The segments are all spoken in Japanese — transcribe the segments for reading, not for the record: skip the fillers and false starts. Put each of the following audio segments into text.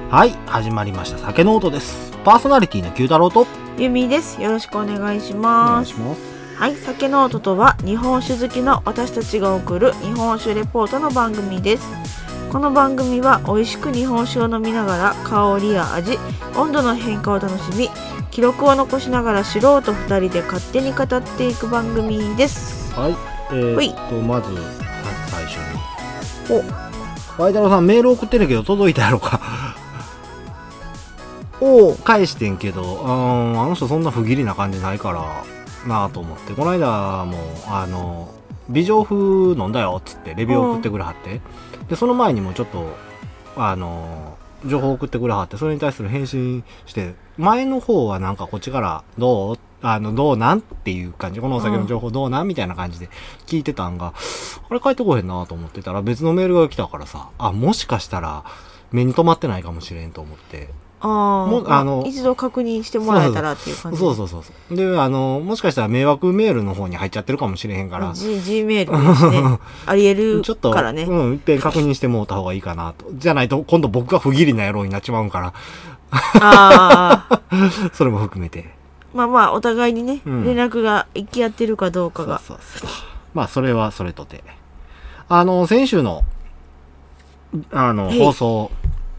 はい、始まりました酒の音です。パーソナリティの九太郎とゆみです。よろしくお願いしお願ます。 いします。 はい、酒の音とは日本酒好きの私たちが送る日本酒レポートの番組です。この番組は美味しく日本酒を飲みながら香りや味、温度の変化を楽しみ、記録を残しながら素人2人で勝手に語っていく番組です。 はい、まず最初にワイ太郎さんメール送ってるけど届いたやろか返してんけど、あの人そんな不義理な感じないからなぁと思って、この間も美丈風飲んだよっつってレビュー送ってくれはって、でその前にもちょっと情報送ってくれはって、それに対する返信して、前の方はなんかこっちからどうなんっていう感じ、このお酒の情報どうなんみたいな感じで聞いてたんが、あれ返ってこへんなと思ってたら別のメールが来たからさ、もしかしたら目に留まってないかもしれんと思って、 一度確認してもらえたらっていう感じ。 そうで、もしかしたら迷惑メールの方に入っちゃってるかもしれへんから、 G メールですねありえるからね、 ちょっと一遍確認してもらった方がいいかなと。じゃないと今度僕が不義理な野郎になっちまうからそれも含めてまあお互いにね、連絡が行き合ってるかどうかが、 そうまあそれはそれとて、先週の放送、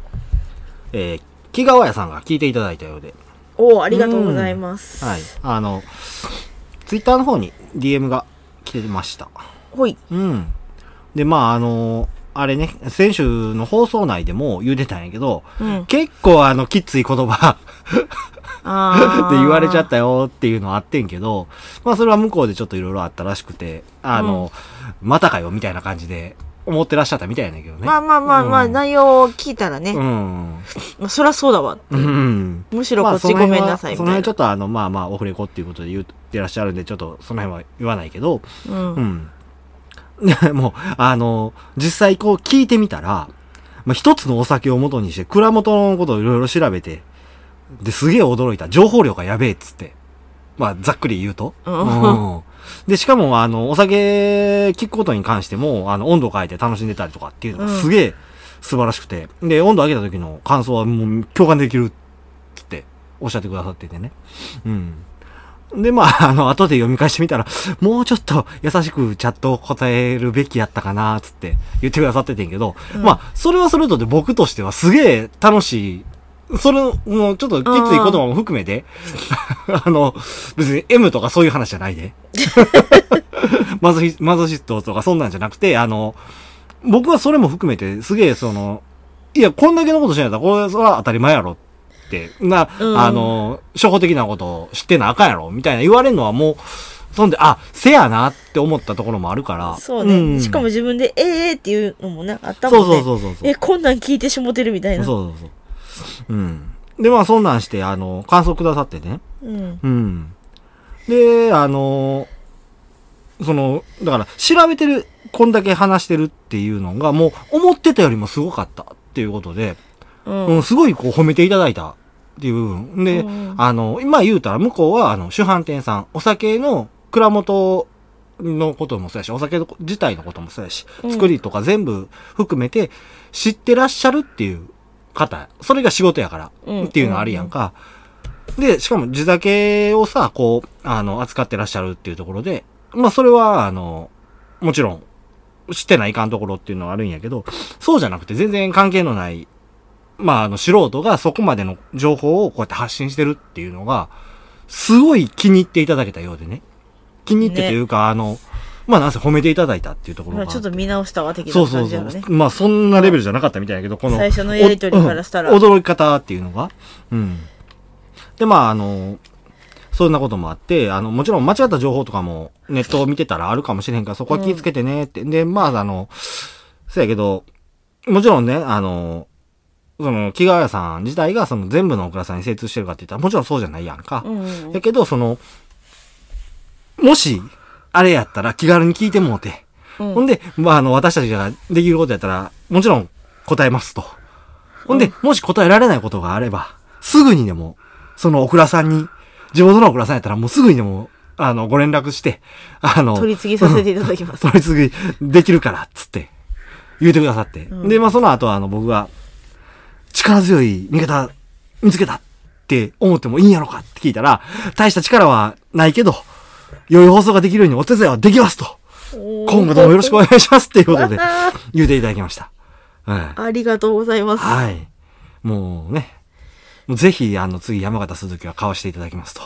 木川屋さんが聞いていただいたようで、 ありがとうございます。 はい、ツイッターの方に DM が来てました。 ほい。 で、あれね、先週の放送内でも言うてたんやけど、結構きつい言葉って言われちゃったよっていうのはあってんけど、それは向こうでちょっといろいろあったらしくて、またかよみたいな感じで思ってらっしゃったみたいやねんけどね。 内容を聞いたらね、そりゃそうだわって、むしろこっちごめんなさいみたいな。 その辺ちょっとオフレコっていうことで言ってらっしゃるんで、ちょっとその辺は言わないけど、でも実際こう聞いてみたら、一つのお酒を元にして蔵元のことをいろいろ調べて、ですげえ驚いた。情報量がやべえっつって。ざっくり言うと。で、しかもお酒聞くことに関しても、温度を変えて楽しんでたりとかっていうのがすげえ素晴らしくて。で、温度上げた時の感想はもう共感できるっておっしゃってくださっててね。で、後で読み返してみたら、もうちょっと優しくチャットを答えるべきやったかな、つって言ってくださっててんけど、それはそれとで僕としてはすげえ楽しい。それもちょっときつい言葉も含めて、別に M とかそういう話じゃないで。マゾシストとかそんなんじゃなくて、僕はそれも含めてすげえいや、こんだけのことしないとこれは当たり前やろ。初歩的なことを知ってなあかんやろみたいな言われるのはもう、そんで、せやなって思ったところもあるから。 そうね。しかも自分で、っていうのもね、あったもんね。そう。こんなん聞いてしもてるみたいな。 そう。で、そんなんして、感想くださってね。で、だから、調べてる、こんだけ話してるっていうのが、もう、思ってたよりもすごかったっていうことで、すごいこう褒めていただいたっていう部分で、今言うたら向こうは主販店さん、お酒の蔵元のこともそうやし、お酒自体のこともそうやし、作りとか全部含めて知ってらっしゃるっていう方、それが仕事やからっていうのあるやんか。で、しかも地酒をさ、こう、扱ってらっしゃるっていうところで、それはもちろん知ってないかんところっていうのはあるんやけど、そうじゃなくて全然関係のない、素人がそこまでの情報をこうやって発信してるっていうのが、すごい気に入っていただけたようでね。気に入ってというか、なんせ褒めていただいたっていうところが。 ちょっと見直したわ的な感じだよね。 そう。そんなレベルじゃなかったみたいやけど、この。 最初のやりとりからしたら。 驚き方っていうのが。で、そんなこともあって、もちろん間違った情報とかもネットを見てたらあるかもしれへんから、そこは気をつけてねって。で、そうやけど、もちろんね、木川屋さん自体が全部のお蔵さんに精通してるかって言ったらもちろんそうじゃないやんか。だけどもし、あれやったら気軽に聞いてもうて。ほんで、私たちができることやったら、もちろん答えますと。ほんで、もし答えられないことがあれば、すぐにでも、お蔵さんに、地元のお蔵さんやったらもうすぐにでも、ご連絡して、 取り次ぎさせていただきます。 取り次ぎできるから、つって、言うてくださって。で、その後僕が、 力強い味方見つけたって思ってもいいんやろかって聞いたら、大した力はないけど、良い放送ができるようにお手伝いはできますと。今後ともよろしくお願いしますっていうことで言うていただきました。 はい、ありがとうございます。 はい。もうね、もうぜひ次山形鈴木は買わしていただきますと。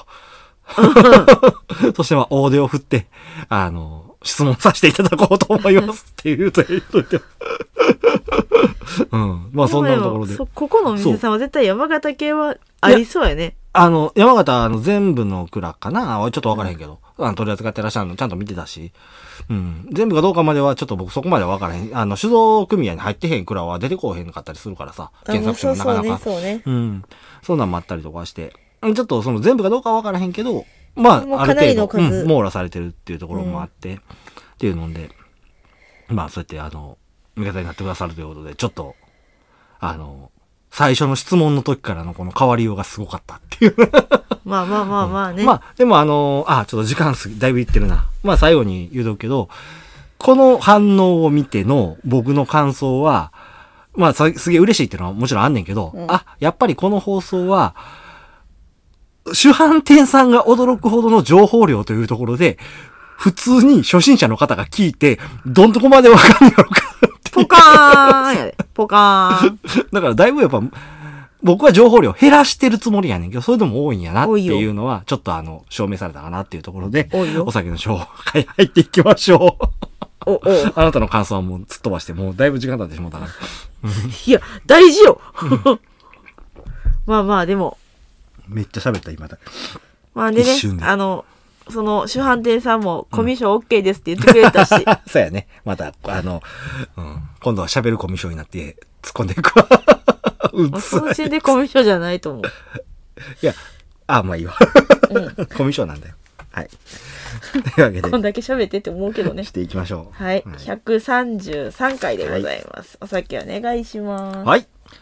そして大手を振って、質問させていただこうと思いますっていうと言っといて。うん。まあそんなところで。 ここのお店さんは絶対山形系はありそうやね。 山形全部の蔵かなちょっとわからへんけど、取り扱ってらっしゃるのちゃんと見てたし、うん。全部かどうかまではちょっと僕そこまではわからへん。酒造組合に入ってへん蔵は出てこうへんかったりするからさ、検索してもなかなか。 そうね。 うん。そんなんもあったりとかして、ちょっとその全部かどうかはわからへんけど、まあ、ある程度、網羅されてるっていうところもあって、っていうので、まあ、そうやって味方になってくださるということで、ちょっと、最初の質問の時からのこの変わりようがすごかったっていう。 まあね。 まあ、でもちょっと時間だいぶいってるな。まあ、最後に言うとくけど、この反応を見ての僕の感想は、まあ、すげえ嬉しいっていうのはもちろんあんねんけど、やっぱりこの放送は、主販店さんが驚くほどの情報量というところで、普通に初心者の方が聞いて、どんとこまでわかんねやろかってポカーンやで。ポカーン。 だからだいぶやっぱ、僕は情報量減らしてるつもりやねんけど、それでも多いんやなっていうのは、ちょっと証明されたかなっていうところで、お酒の紹介入っていきましょう。あなたの感想はもう突っ飛ばして、もうだいぶ時間経ってしまったから。 いや、大事よ。まあまあ、でも。 めっちゃ喋った今だ。 まあでね、その主販店さんもコミュ障 OK ですって言ってくれたし。 そうやね。また、今度は喋るコミュ障になって突っ込んでいくわ。 その時点でコミュ障じゃないと思う。 いや、まあいいわ。コミュ障なんだよ。はい。というわけで。 こんだけ喋ってって思うけどね。 していきましょう。はい。133回でございます。お酒お願いします。 はい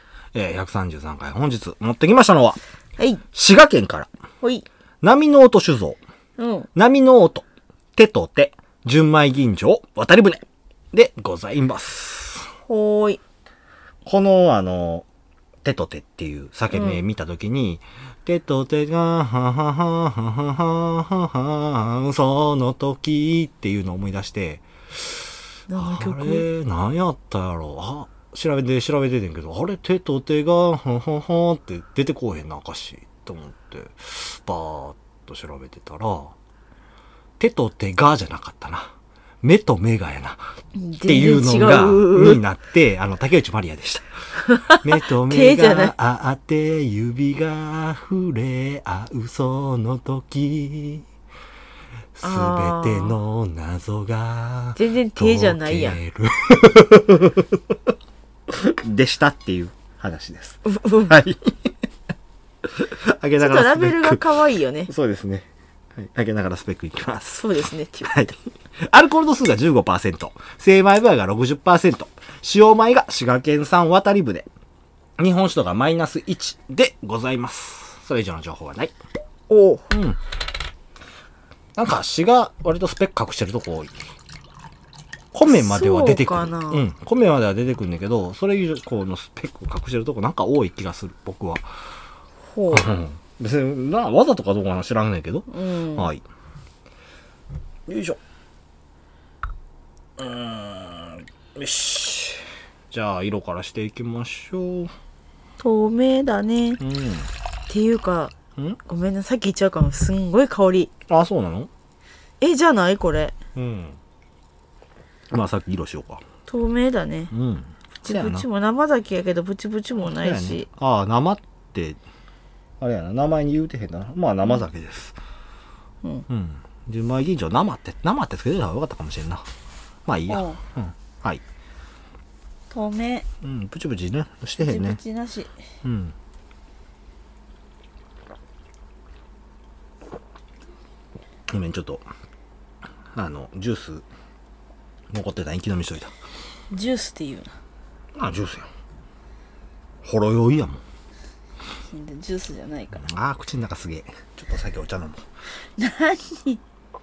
。133回。本日持ってきましたのは、 はい。 滋賀県から。 ほい。 波の音酒造。波の音。手と手。純米吟醸。渡り船。でございます。 ほーい。 この手と手っていう酒名見たときに、手と手が、ははははははは、その時っていうのを思い出して、あれ、何やったやろ調べててんけど、あれ、手と手が、はははって出てこうへんな、歌詞。と思って、バーっと調べてたら、手と手がじゃなかったな。目と目がやな。っていうのが、になって、竹内まりやでした。目と目があって指が触れ合うその時、すべての謎が全然手じゃないやん。 でしたっていう話です。はい。あげながらちょっとラベルが可愛いよね。 そうですね。あげながらスペックいきます。 そうですね。 はい。アルコール度数が 15%、精米部合が 60%、使用米が滋賀県産渡り船、日本酒度がマイナス1でございます。それ以上の情報はない。 おう。 うん。なんか滋賀割とスペック隠してるとこ多い。米までは出てくる。うん。米までは出てくるんだけど、それ以上のスペック隠してるとこなんか多い気がする、僕は。 ほう。 別にわざとかどうかは知らんねんけど、はい。よいしょ。よし。じゃあ色からしていきましょう。 透明だね。っていうか、ごめんなさっき言っちゃうかも。すんごい香り。 あ、そうなの？ じゃないこれ。 まあさっき色しようか。 透明だね。プチプチも生酒やけどプチプチもないし。 生ってあれやな、名前に言うてへんだな。まあ生酒です。純米吟醸生ってつけてた方がよかったかもしれんな。まあいいや。はい。 透明。 プチプチねしてへんね。 プチプチなし。 ごめんちょっとジュース残ってた一気飲みしといた。 ジュースっていうな。ジュースやん。ほろ酔いやもん。 ジュースじゃないから。 口の中すげえ。ちょっと先お茶飲む。 何？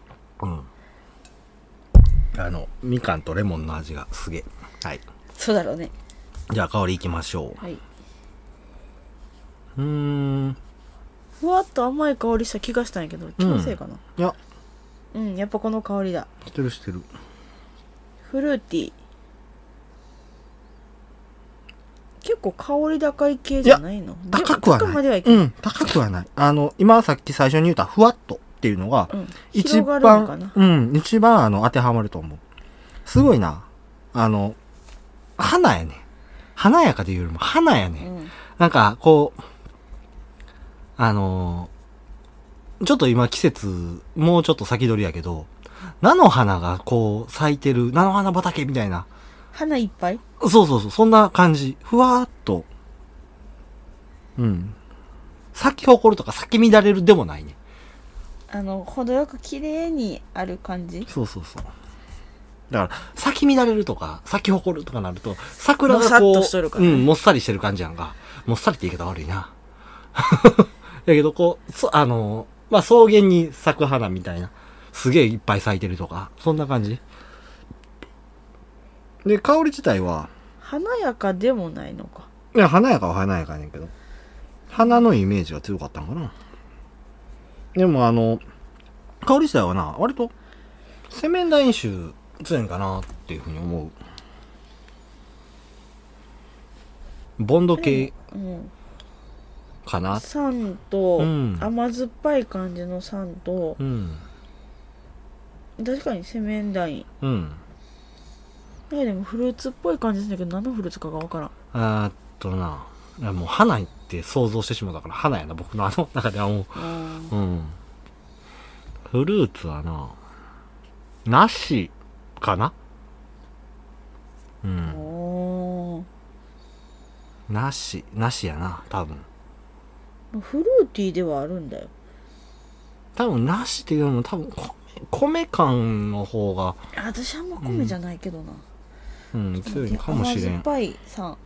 みかんとレモンの味がすげえ。はい。 そうだろうね。 じゃあ香りいきましょう。 はい。 ふわっと甘い香りした気がしたんやけど、気のせいかな。 いや、 やっぱこの香りだ。 してるしてる。 フルーティー。結構香り高い系じゃないの？ 高くはない。 高まではいけない。 高くはない。今さっき最初に言ったふわっとっていうのが、一番、一番当てはまると思う。すごいな。花やね。華やかで言うよりも花やね。なんか、こう、ちょっと今季節、もうちょっと先取りやけど、菜の花がこう咲いてる、菜の花畑みたいな。 花いっぱい？ そう、そんな感じ。ふわーっと。咲き誇るとか咲き乱れるでもないね。 程よく綺麗にある感じ？ そう。だから、咲き乱れるとか、咲き誇るとかなると、桜がこう、 もっさっとしとるからね。 もっさりしてる感じやんか。もっさりって言い方悪いな。だけど、こう、草原に咲く花みたいな。すげえいっぱい咲いてるとか、そんな感じ。で、香り自体は、 華やかでもないのか。 いや、華やかは華やかやねんけど、花のイメージが強かったのかな。でも香り自体はな、割と、セメンダイン臭強いんかなっていうふうに思う。ボンド系かな。 酸と、甘酸っぱい感じの酸と、確かにセメンダイン。でもフルーツっぽい感じですけど、何のフルーツかがわからん。 いやもう花って想像してしまうだから花やな、僕の中ではもう。フルーツはな、梨かな。梨やな、多分。 フルーティーではあるんだよ。 多分梨っていうのも多分米感の方が。 私はあんま米じゃないけどな。 強いかもしれん。 甘酸っぱい酸。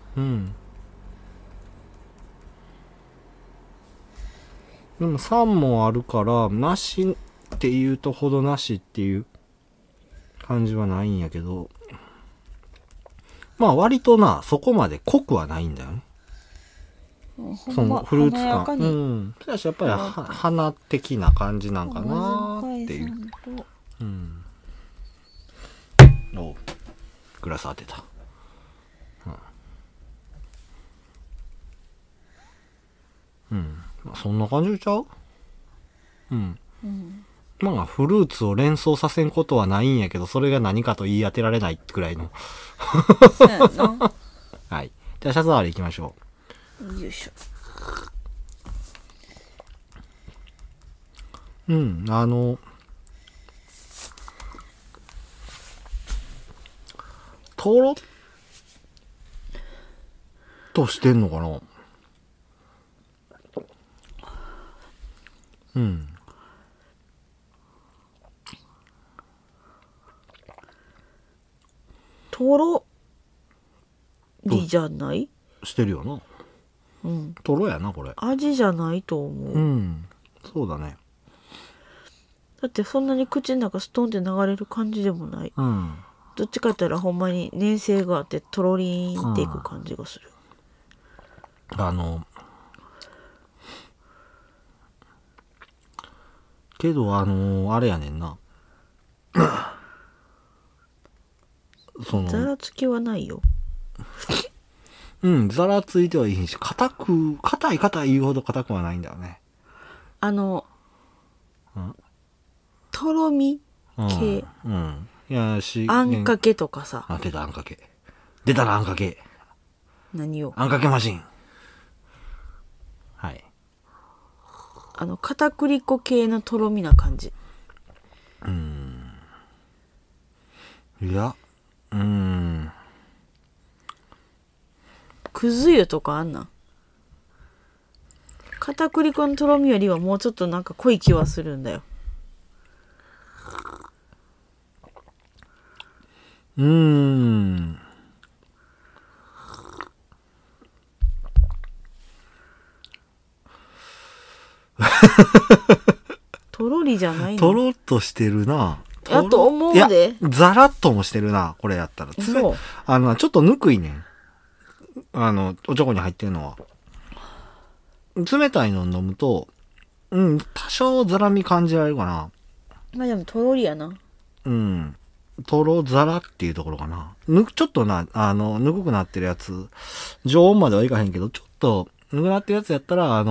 でも酸もあるから梨っていうとほど梨っていう感じはないんやけど、まあ割とな、そこまで濃くはないんだよね。そのフルーツ感。しかしやっぱり花的な感じなんかなーっていう。お、グラス当てた。まあ、そんな感じちゃう？まあフルーツを連想させんことはないんやけど、それが何かと言い当てられないくらいの。 そうやな。 はい。じゃあシャツ割り行きましょう。よいしょ。 とろっとしてんのかな。 とろりじゃない？ してるよな。とろやな、これ。 味じゃないと思う。 そうだね。 だってそんなに口の中ストンって流れる感じでもない。どっちかって言ったらほんまに粘性があってとろりーんっていく感じがする。 けどあれやねんな。 ざらつきはないよ。 ざらついてはいいし、硬い言うほど硬くはないんだよね。 とろみ系。 いやあんかけとかさ。 出たあんかけ。出たなあんかけ。 何を？ あんかけマシン。はい。 片栗粉系のとろみな感じ。 いや、 くず湯とかあんなん？片栗粉のとろみよりはもうちょっとなんか濃い気はするんだよ。とろりじゃないの？ とろっとしてるな。 やと思うで。 いや、ザラッともしてるな、これやったら。 そう。 ちょっとぬくいねん。おちょこに入ってるのは。 冷たいの飲むと、多少ザラみ感じられるかな。 まあでもとろりやな。 とろザラっていうところかな。ちょっとな、ぬくくなってるやつ、常温まではいかへんけど、ちょっと、ぬくなってるやつやったら、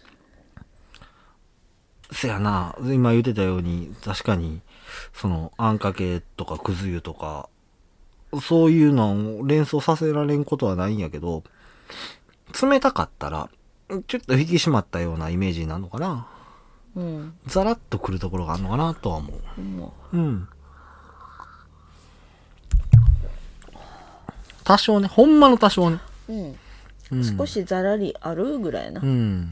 せやな、今言ってたように、確かに、あんかけとかくず湯とか、そういうのを連想させられんことはないんやけど、冷たかったら、ちょっと引き締まったようなイメージになるのかな。ザラッとくるところがあるのかなとは思う。多少ね、ほんまの多少ね。 少しザラリあるぐらいな。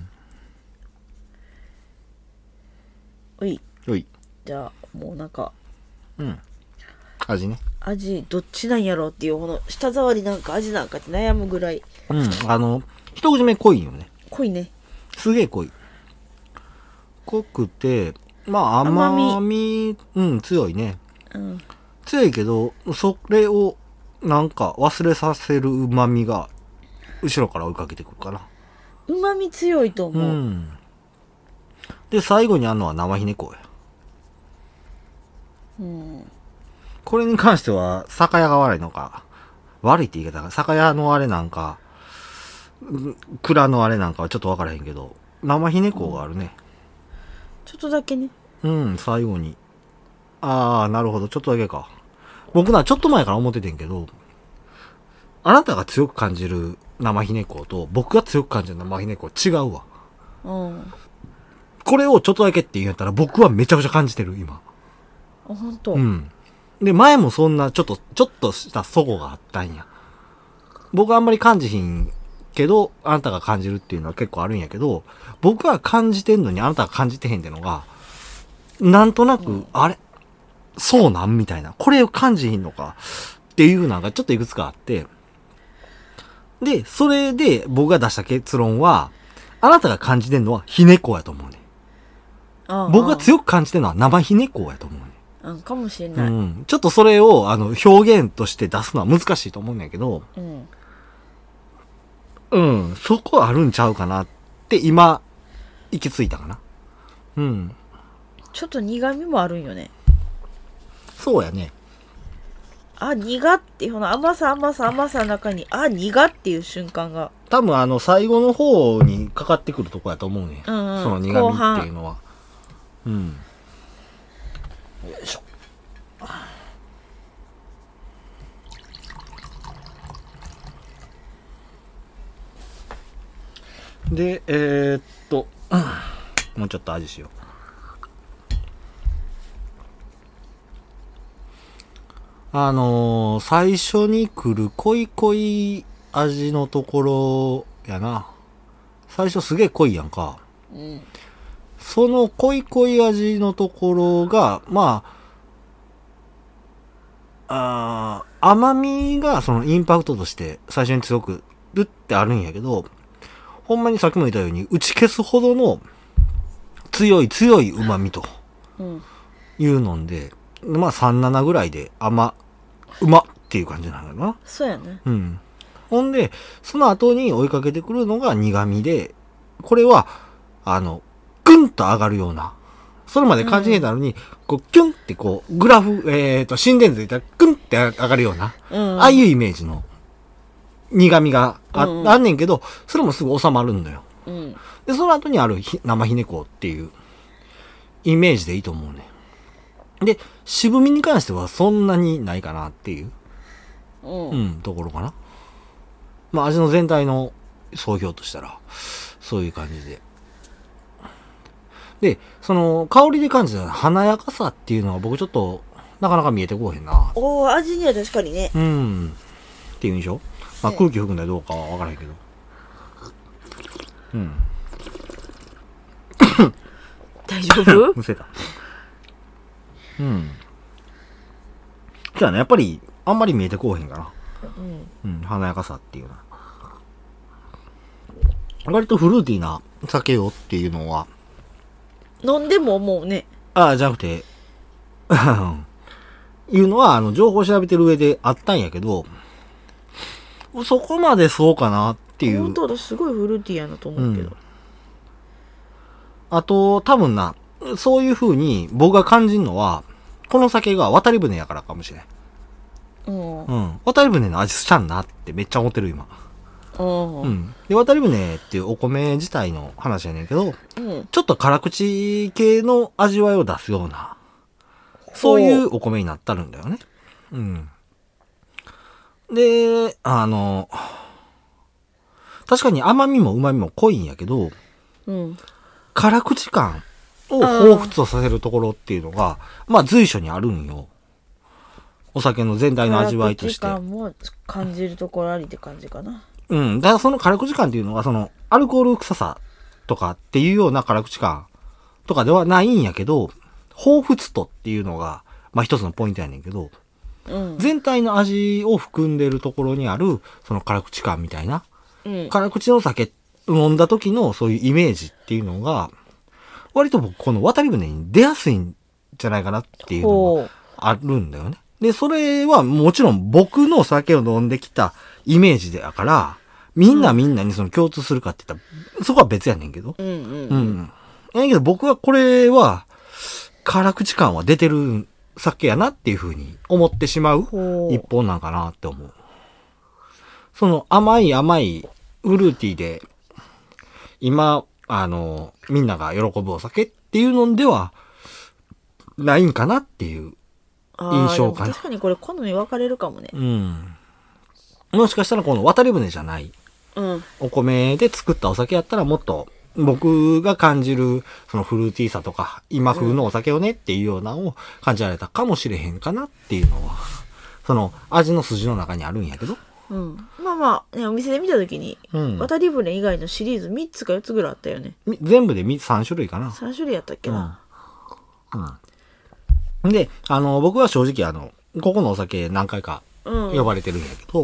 おい。じゃあ、もうなんか。 味ね。 味、どっちなんやろうっていう、この舌触りなんか味なんかって悩むぐらい。 一口目濃いよね。 濃いね。 すげえ濃い。濃くて、まあ甘み、強いね。強いけど、それをなんか忘れさせる旨味が後ろから追いかけてくるかな。 旨味強いと思う。 で、最後にあるのは生ひねこや。これに関しては、酒屋が悪いのか、悪いって言い方が、酒屋のあれなんか、蔵のあれなんかはちょっとわからへんけど、生ひねこがあるね。 ちょっとだけね。 最後に。ああ、なるほど、ちょっとだけか。僕ちょっと前から思っててんけど、あなたが強く感じる生ひねこと僕が強く感じる生ひねこ違うわ。これをちょっとだけって言うんやったら僕はめちゃくちゃ感じてる今。 あ、ほんと。 で、前もそんなちょっとした齟齬があったんや。僕はあんまり感じひんけど、あなたが感じるっていうのは結構あるんやけど、僕は感じてんのにあなたが感じてへんってのが、なんとなく、あれそうなんみたいな。これを感じひんのかっていうのがちょっといくつかあって、で、それで僕が出した結論は、あなたが感じてんのはひねこやと思うね。僕が強く感じてるのは生ひねこやと思うね。 かもしれない。 ちょっとそれを表現として出すのは難しいと思うんだけど、そこあるんちゃうかなって今、行き着いたかな。 ちょっと苦味もあるんよね。 そうやね。 あ、苦っていう、この甘さの中に、あ、苦っていう瞬間が。 多分最後の方にかかってくるとこやと思うね。その苦味っていうのは。よいしょ。で、もうちょっと味しよう。最初に来る濃い味のところやな。最初すげえ濃いやんか。その濃い味のところが、まあ、甘みがそのインパクトとして最初に強くるってあるんやけど、ほんまにさっきも言ったように打ち消すほどの強い旨味というので、まあ3-7ぐらいでうまっていう感じなのよな。 そうやね。 ほんで、その後に追いかけてくるのが苦味で、これは、グンと上がるような、それまで感じてたのに、こう、キュンってこう、グラフ、心電図で言ったら、グンって上がるような、ああいうイメージの苦味があんねんけど、それもすぐ収まるんだよ。で、その後にある生ひねこっていうイメージでいいと思うね。で、渋みに関してはそんなにないかなっていう、ところかな。まあ味の全体の総評としたら、そういう感じで。で、その、香りで感じた華やかさっていうのは僕ちょっと、なかなか見えてこうへんな。 味には確かにね。 っていう印象。まあ空気含んだらどうかはわからへんけど。 大丈夫？ むせた。じゃあね、やっぱり、あんまり見えてこうへんかな。華やかさっていうのは。割とフルーティーな酒よっていうのは。 飲んでも思うね。 じゃなくて、いうのは、情報を調べてる上であったんやけど、そこまでそうかなっていう。 本当だ、すごいフルーティーやなと思うけど。 あと、多分な、そういう風に僕が感じるのは、この酒が渡り船やからかもしれん。渡り船の味しちゃんなってめっちゃ思ってる今。で、渡り船っていうお米自体の話やねんけど、ちょっと辛口系の味わいを出すような、そういうお米になったるんだよね。で、確かに甘みも旨みも濃いんやけど、辛口感を彷彿とさせるところっていうのが、まあ随所にあるんよ。お酒の全体の味わいとして。 辛口感も感じるところありって感じかな。 だからその辛口感っていうのが、その、アルコール臭さとかっていうような辛口感とかではないんやけど、彷彿とっていうのが、まあ一つのポイントやねんけど、全体の味を含んでるところにある、その辛口感みたいな、辛口の酒飲んだ時のそういうイメージっていうのが、割と僕この渡り船に出やすいんじゃないかなっていうのがあるんだよね。で、それはもちろん僕の酒を飲んできたイメージだから、みんなにその共通するかって言ったら、そこは別やねんけど。やけど僕はこれは、辛口感は出てる酒やなっていう風に思ってしまう一本なんかなって思う。その甘いフルーティーで、今、みんなが喜ぶお酒っていうのでは、ないんかなっていう印象かな。 確かにこれ好み分かれるかもね。 もしかしたらこの渡り船じゃない、お米で作ったお酒やったらもっと僕が感じるそのフルーティーさとか今風のお酒をねっていうようなのを感じられたかもしれへんかなっていうのはその味の筋の中にあるんやけど、 まあね、お店で見た時に、渡り船以外のシリーズ3つか4つぐらいあったよね。 全部で3種類かな。 3種類やったっけな。 で、僕は正直ここのお酒何回か呼ばれてるんやけど、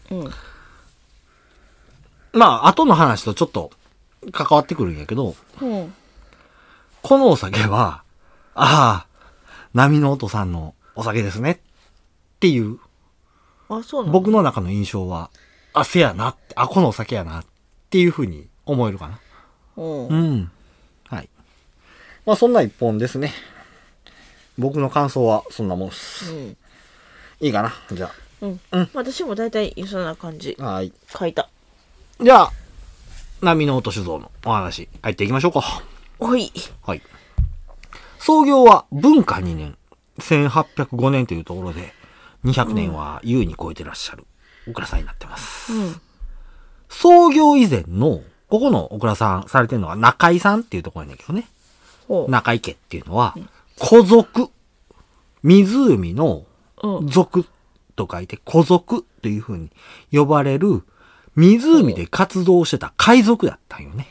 まあ、後の話とちょっと関わってくるんやけど、このお酒は、波の音さんのお酒ですねっていう、僕の中の印象は、せやなって、このお酒やなっていう風に思えるかな。はい。まあ、そんな一本ですね。僕の感想はそんなもんっす。いいかなじゃあ。 私も大体一緒な感じ。 はい。 書いた。 じゃあ、波の音酒造のお話、入っていきましょうか。 はい。 創業は文化2年、1805年というところで、200年は優に超えてらっしゃるお蔵さんになってます。創業以前の、ここのお蔵さんされてるのは中井さんっていうところやねんけどね。中井家っていうのは、湖族、湖の族と書いて湖族という風に呼ばれる湖で活動してた海賊だったんよね。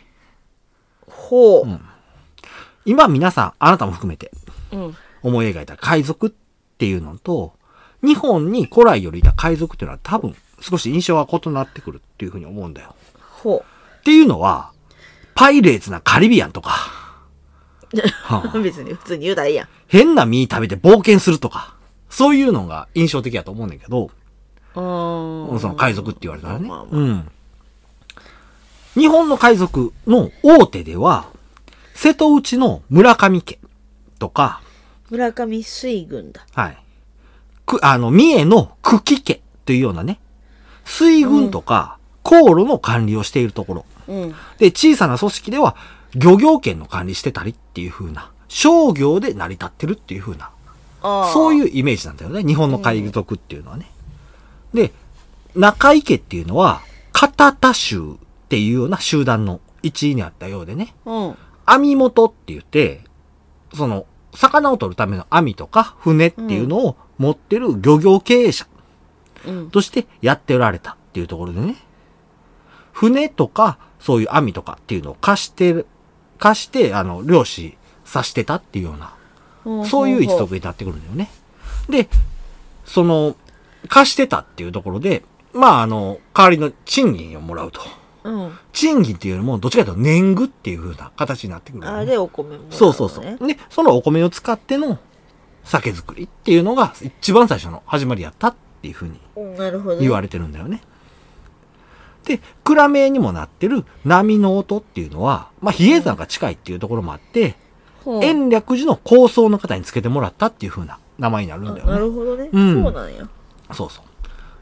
今皆さん、あなたも含めて思い描いた海賊っていうのと、日本に古来よりいた海賊っていうのは多分少し印象が異なってくるっていう風に思うんだよ。っていうのは、パイレーツなカリビアンとか、 別に普通に言うたらいいやん。 変な実食べて冒険するとか、そういうのが印象的だと思うんだけど、その海賊って言われたらね。日本の海賊の大手では、瀬戸内の村上家とか、 村上水軍だ。 三重の久喜家というようなね、水軍とか航路の管理をしているところ。で、小さな組織では漁業権の管理してたりっていう風な、商業で成り立ってるっていう風な、そういうイメージなんだよね。日本の海賊っていうのはね。で、中井家っていうのは、片田衆っていうような集団の一位にあったようでね。網元って言って、その、魚を取るための網とか船っていうのを持ってる漁業経営者としてやっておられたっていうところでね。船とか、そういう網とかっていうのを貸して、漁師さしてたっていうような、そういう一族になってくるんだよね。で、その、貸してたっていうところで、まあ代わりの賃金をもらうと。賃金っていうよりも、どっちかというと年貢っていう風な形になってくる、ね。 で、お米もらう、ね。 そう。で、そのお米を使っての酒造りっていうのが一番最初の始まりやったっていう風に言われてるんだよね。 で、蔵名にもなってる波の音っていうのは、まあ、比叡山が近いっていうところもあって、延暦寺の高僧の方につけてもらったっていう風な名前になるんだよね。 なるほどね。そうなんや。 そうそう。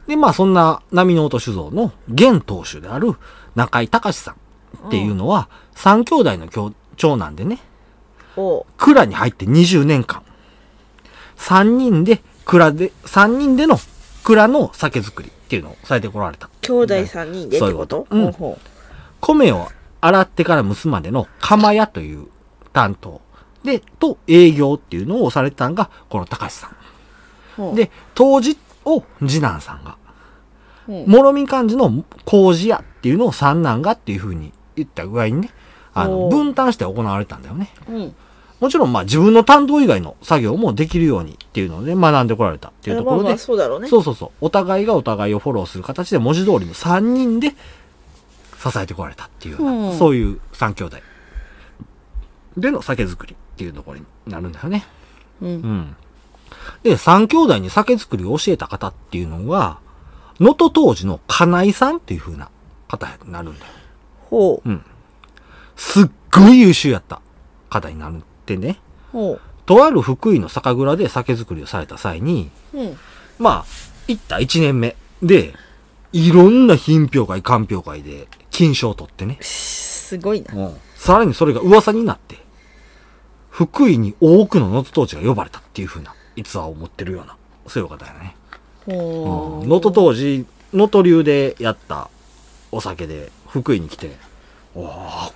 で、まあそんな波の音酒造の現当主である中井隆さんっていうのは、三兄弟の長男でね、蔵に入って20年間、3人での蔵の酒造りっていうのをされてこられた。 兄弟3人でってこと？ そういうこと。米を洗ってから蒸すまでの釜屋という担当で、と営業っていうのをされてたのが、この隆さん。で、当時を次男さんが、諸見幹事の工事屋っていうのを三男がっていう風に言った具合にね、分担して行われたんだよね。もちろんまあ自分の担当以外の作業もできるようにっていうので学んでこられたっていうところで、 そうだろうね。 そう。お互いがお互いをフォローする形で文字通りの3人で支えてこられたっていうような、そういう3兄弟での酒造りっていうところになるんだよね。で、3兄弟に酒造りを教えた方っていうのが、能登当時の金井さんっていう風な方になるんだよ。すっごい優秀やった方になるってね。とある福井の酒蔵で酒造りをされた際に、まあ、行った1年目で、いろんな品評会、鑑評会で金賞を取ってね。 すごいな。 さらにそれが噂になって、福井に多くの能登当時が呼ばれたっていう風な逸話を持ってるような、そういう方やね。能登当時、能登流でやったお酒で福井に来て、今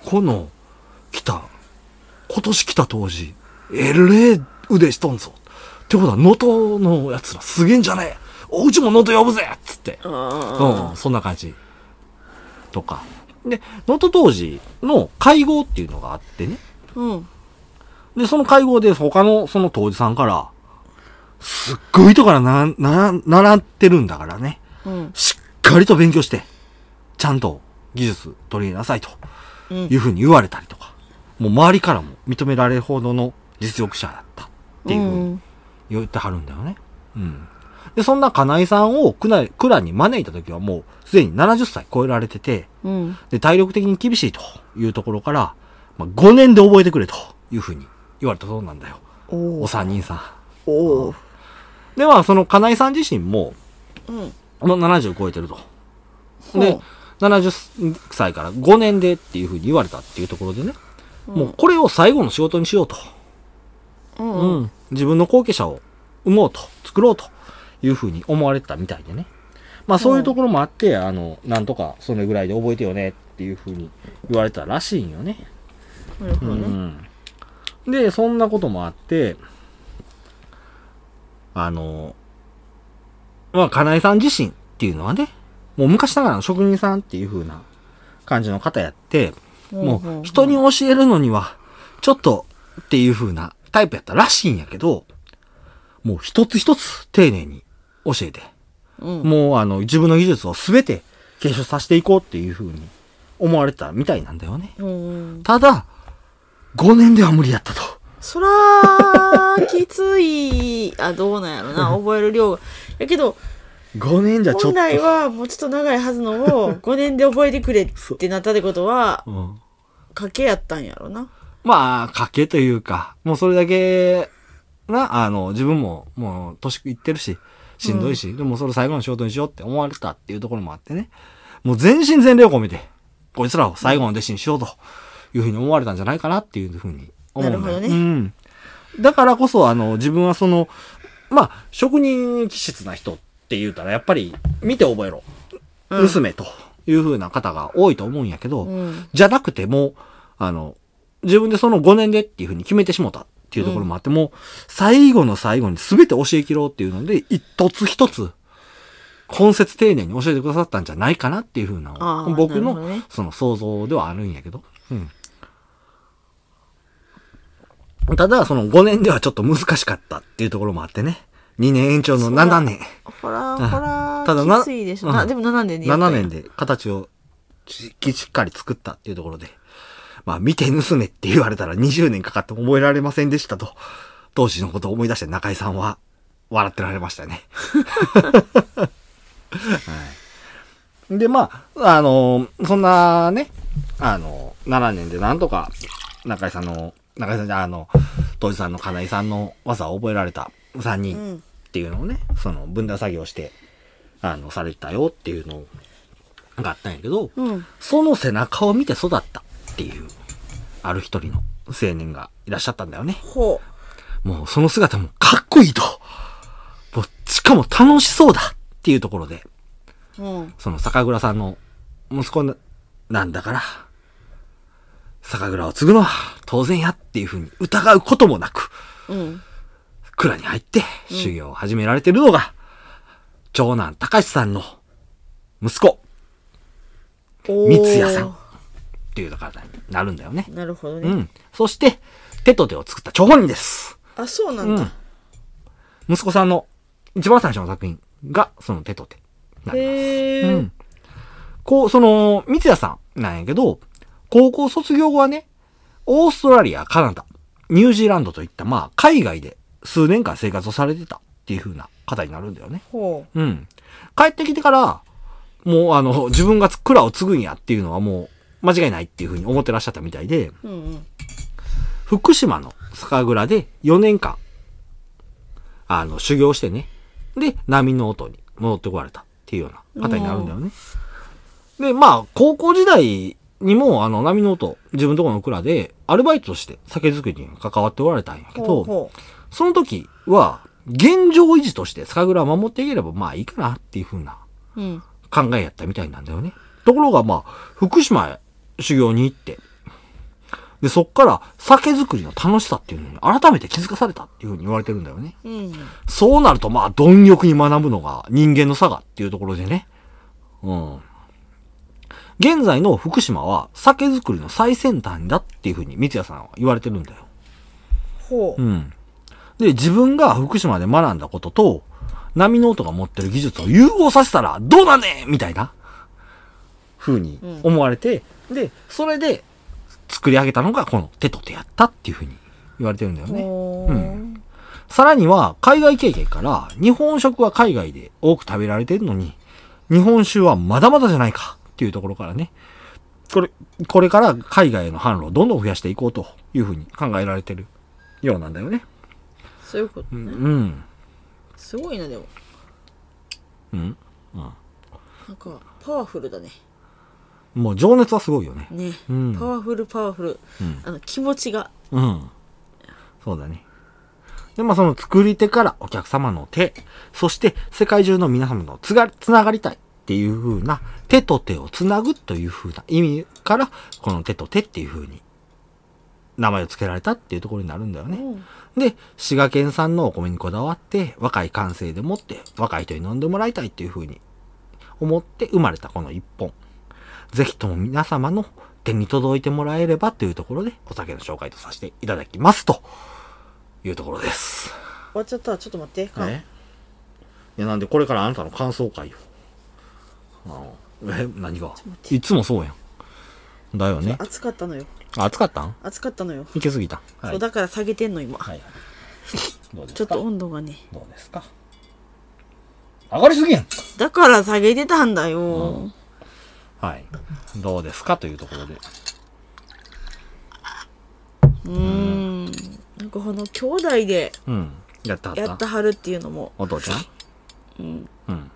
年来た当時、えれえ腕しとんぞ。ってことは能登のやつらすげえんじゃねえ。うちも能登呼ぶぜっつって。そんな感じ。とか。で、能登当時の会合っていうのがあってね。で、その会合で他のその当時さんから、すっごいとこから習ってるんだからね。しっかりと勉強して、ちゃんと技術取り入れなさいというふうに言われたりとか、もう周りからも認められるほどの実力者だったっていうふうに言ってはるんだよね。で、そんな金井さんを蔵に招いた時はもうすでに70歳超えられてて、で、体力的に厳しいというところから、まあ、5年で覚えてくれというふうに言われたそうなんだよ。お三人さん。で、まあ、その金井さん自身も、もう70超えてると。で、70歳から5年でっていうふうに言われたっていうところでね、もうこれを最後の仕事にしようと。自分の後継者を生もうと、作ろうというふうに思われてたみたいでね。まあそういうところもあって、なんとかそれぐらいで覚えてよねっていうふうに言われたらしいんよね。で、そんなこともあって、まあ、金井さん自身っていうのはね、もう昔ながらの職人さんっていう風な感じの方やって、もう人に教えるのには、ちょっとっていう風なタイプやったらしいんやけど、もう一つ一つ丁寧に教えて、もう自分の技術をすべて継承させていこうっていう風に思われたみたいなんだよね。ただ、5年では無理やったと。 そらー、きつい。どうなんやろな、覚える量が。やけど、 5年じゃちょっと。 本来はもうちょっと長いはずのを5年で覚えてくれってなったってことは、賭けやったんやろな。 まあ、賭けというか、もうそれだけ、自分ももう年いってるし、しんどいし、でもそれ最後の仕事にしようって思われたっていうところもあってね、もう全身全霊を込めて、こいつらを最後の弟子にしようというふうに思われたんじゃないかなっていうふうに思うんだよ。なるほどね。だからこそ、自分はまあ、職人気質な人って言うたら、やっぱり見て覚えろ。娘というふうな方が多いと思うんやけど、じゃなくても、自分でその5年でっていうふうに決めてしもたっていうところもあって、もう、最後の最後に全て教え切ろうっていうので、一つ一つ、根節丁寧に教えてくださったんじゃないかなっていうふうな、僕の、その想像ではあるんやけど。ただ、その5年ではちょっと難しかったっていうところもあってね。2年延長の7年。 ほら、ただきついでしょ。でも7年で 7年で形をしっかり作ったっていうところで。まあ、見て盗めって言われたら20年かかって覚えられませんでしたと。当時のことを思い出して中井さんは笑ってられましたね。はい。 で、まあ、そんなね、7年でなんとか、中井さんじゃ、当時さんの金井さんの技を覚えられた3人っていうのをね、その分断作業して、されてたよっていうのがあったんやけど、その背中を見て育ったっていう、ある一人の青年がいらっしゃったんだよね。もうその姿もかっこいいと。もうしかも楽しそうだっていうところで、その酒蔵さんの息子なんだから、酒蔵を継ぐのは当然やっていうふうに疑うこともなく、蔵に入って修行を始められてるのが、長男高橋さんの息子、三ツ矢さんっていうところになるんだよね。 なるほどね。 そして、手と手を作った張本人です。 あ、そうなんだ。 息子さんの一番最初の作品がその手と手になります。その、三ツ矢さんなんやけど、高校卒業後はね、オーストラリア、カナダ、ニュージーランドといった、まあ、海外で数年間生活をされてたっていう風な方になるんだよね。帰ってきてから、もう自分が蔵を継ぐんやっていうのはもう間違いないっていう風に思ってらっしゃったみたいで、福島の酒蔵で4年間、修行してね、で、波の音に戻ってこられたっていうような方になるんだよね。で、まあ、高校時代にも、波の音、自分のところの蔵で、アルバイトとして酒造りに関わっておられたんやけど、その時は、現状維持として酒蔵を守っていければ、まあいいかなっていう風な考えやったみたいなんだよね。ところが、まあ、福島へ修行に行って、で、そっから酒造りの楽しさっていうのに改めて気づかされたっていう風に言われてるんだよね。そうなると、まあ、貪欲に学ぶのが人間の差がっていうところでね。現在の福島は酒造りの最先端だっていう風に三ツ矢さんは言われてるんだよ。で、自分が福島で学んだことと、波の音が持ってる技術を融合させたらどうだねみたいな風に思われて、で、それで作り上げたのがこの手と手やったっていう風に言われてるんだよね。さらには海外経験から日本食は海外で多く食べられてるのに、日本酒はまだまだじゃないかっていうところからね、これから海外への販路をどんどん増やしていこうという風に考えられてるようなんだよね。 そういうことね。すごいな、でも。なんか、パワフルだね。 もう情熱はすごいよね。 パワフル。気持ちが。 そうだね。で、まあその作り手からお客様の手、そして世界中の皆様のつながりたいっていう風な、手と手をつなぐという風な意味から、この手と手っていう風に名前を付けられたっていうところになるんだよね。で、滋賀県産のお米にこだわって、若い感性でもって、若い人に飲んでもらいたいっていう風に思って生まれたこの一本。ぜひとも皆様の手に届いてもらえればというところで、お酒の紹介とさせていただきますというところです。 終わっちゃった。ちょっと待って。 いや、なんでこれからあなたの感想会よ。何がいつもそうやん。だよね。 暑かったのよ。 暑かったん？ 暑かったのよ。 いけすぎた。 そう、だから下げてんの今。 どうですか？ ちょっと温度がね。 どうですか？上がりすぎやん。 だから下げてたんだよ。 はい。どうですかというところで。 なんかこの兄弟でやったはるっていうのもお父ちゃん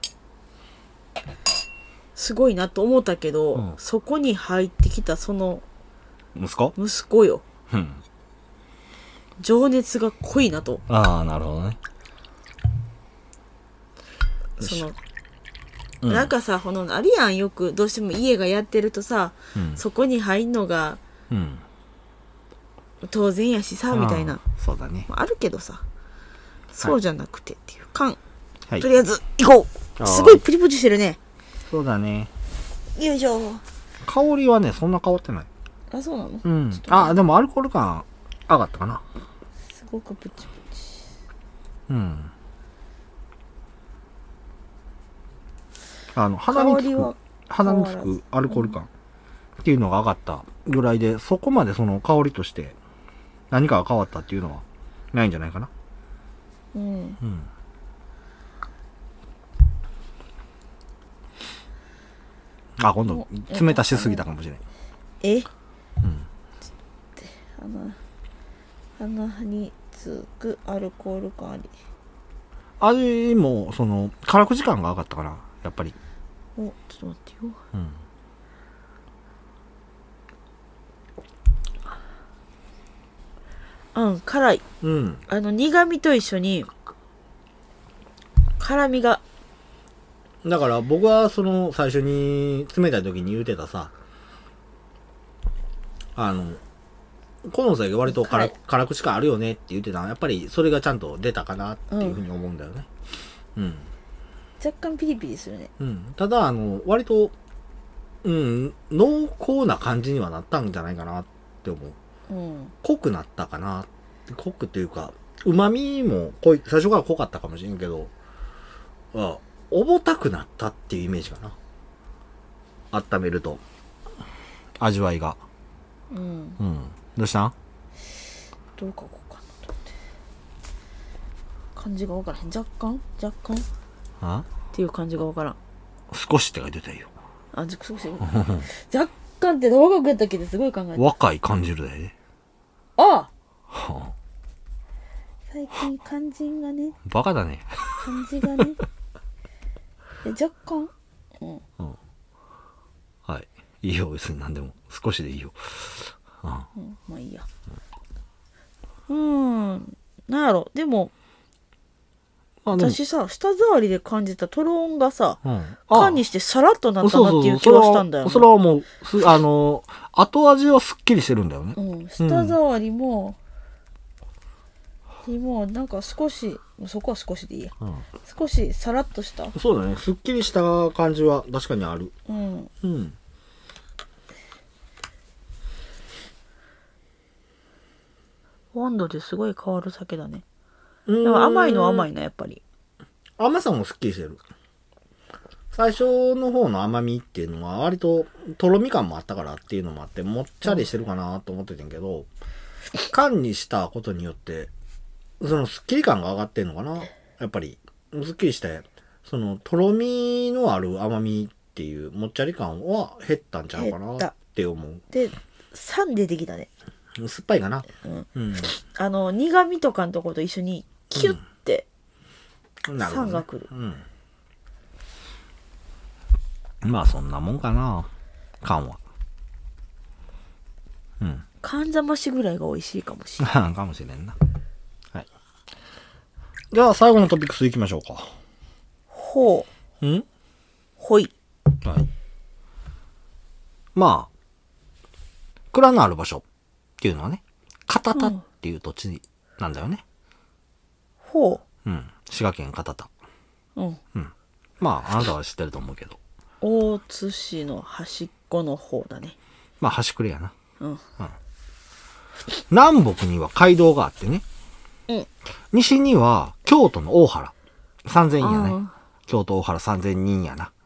すごいなと思ったけど、そこに入ってきたその息子よ。情熱が濃いなと。 ああ、なるほどね。 なんかさ、あるやん、よくどうしても家がやってるとさ、そこに入んのが当然やしさみたいな。 そうだね。 あるけどさ、そうじゃなくてっていう缶。とりあえず行こう。すごいプリプリしてるね。 そうだね。 よいしょ。 香りはね、そんな変わってない。 あ、そうなの？ でもアルコール感上がったかな。 すごくプチプチ。 鼻につくアルコール感っていうのが上がったぐらいで、そこまでその香りとして何かが変わったっていうのはないんじゃないかな。 あ、今度冷たしすぎたかもしれん。 え、鼻につくアルコール感あり。 味もその辛口感が上がったかな、やっぱり。 お、ちょっと待ってよ。辛い。苦味と一緒に辛みが。 だから僕はその最初に冷たい時に言うてたさ、この際割と辛口感あるよねって言ってたのは、やっぱりそれがちゃんと出たかなっていうふうに思うんだよね。 若干ピリピリするね。 ただ割と濃厚な感じにはなったんじゃないかなって思う。濃くなったかな。濃くっていうか旨味も濃い、最初から濃かったかもしれんけど、重たくなったっていうイメージかな。温めると味わいが。どうしたん？ どう書こうかなと思って。漢字がわからへん。若干っていう漢字がわからん。 少しって書いてたよ。 少し若干ってどう書くやったっけってすごい考えて。 若い感じるだよね。 最近漢字がね。 バカだね。 漢字がね。若干。 はい。いいよ、別に何でも。少しでいいよ。 まあいいや。なんやろ。でも、私さ、舌触りで感じたトロンがさ、缶にしてさらっとなったなっていう気がしたんだよね。 それはもう、後味はすっきりしてるんだよね。 舌触りも、なんか少し、そこは少しでいいや。少しさらっとした。 そうだね。すっきりした感じは確かにある。 温度ですごい変わる酒だね。でも甘いのは甘いな、やっぱり。 甘さもすっきりしてる。最初の方の甘みっていうのは割ととろみ感もあったからっていうのもあって、もっちゃりしてるかなと思ってたんやけど、缶にしたことによってそのスッキリ感が上がってんのかな。やっぱりスッキリしてそのとろみのある甘みっていうもっちゃり感は減ったんちゃうかなって思う。 で酸出てきたね。 酸っぱいかな。 苦味とかのとこと一緒にキュッて酸がくる。 まあそんなもんかな、缶は。 缶ざましぐらいが美味しいかもしれない。 かもしれんな。はい。じゃあ最後のトピックスいきましょうか。 ほい。 はい。まあ蔵のある場所っていうのはね、片田っていう土地なんだよね。滋賀県片田。まああなたは知ってると思うけど。 大津市の端っこの方だね。 まあ端くれやな。南北には街道があってね。西には京都の大原。3000人やね。京都大原3000人やな。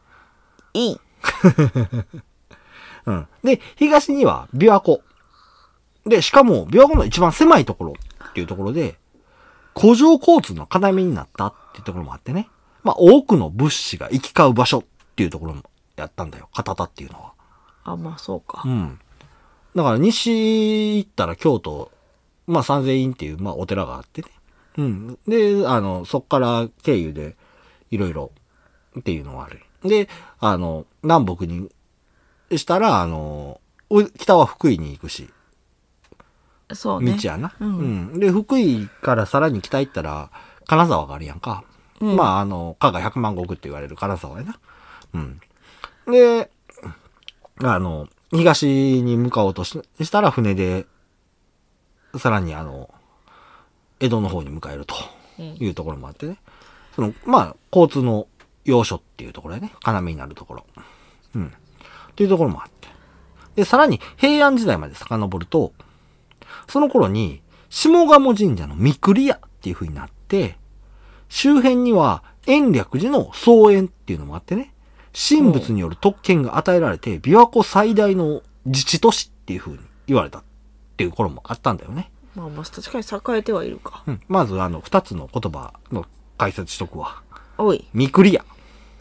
で、東には琵琶湖。で、しかも琵琶湖の一番狭いところっていうところで、湖上交通の要になったっていうところもあってね。まあ多くの物資が行き交う場所っていうところもやったんだよ。片田っていうのは。 まあそうか。 だから西行ったら京都、まあ三千院っていう、まあお寺があってね。で、そっから経由でいろいろっていうのがある。で、南北にしたら、北は福井に行くし。 そうね。 道やな。で、福井からさらに北行ったら、金沢があるやんか。まあ、加賀百万石って言われる金沢やな。で、東に向かおうとしたら船で、さらに江戸の方に向かえるというところもあってね。まあ、交通の要所っていうところやね。要になるところ。っていうところもあって。で、さらに平安時代まで遡ると、その頃に下鴨神社の御栗屋っていう風になって、周辺には延暦寺の荘園っていうのもあってね。神仏による特権が与えられて、琵琶湖最大の自治都市っていう風に言われたっていう頃もあったんだよね。 まあ確かに栄えてはいるか。 まず二つの言葉の解説しとくわ。 おい。 御栗屋。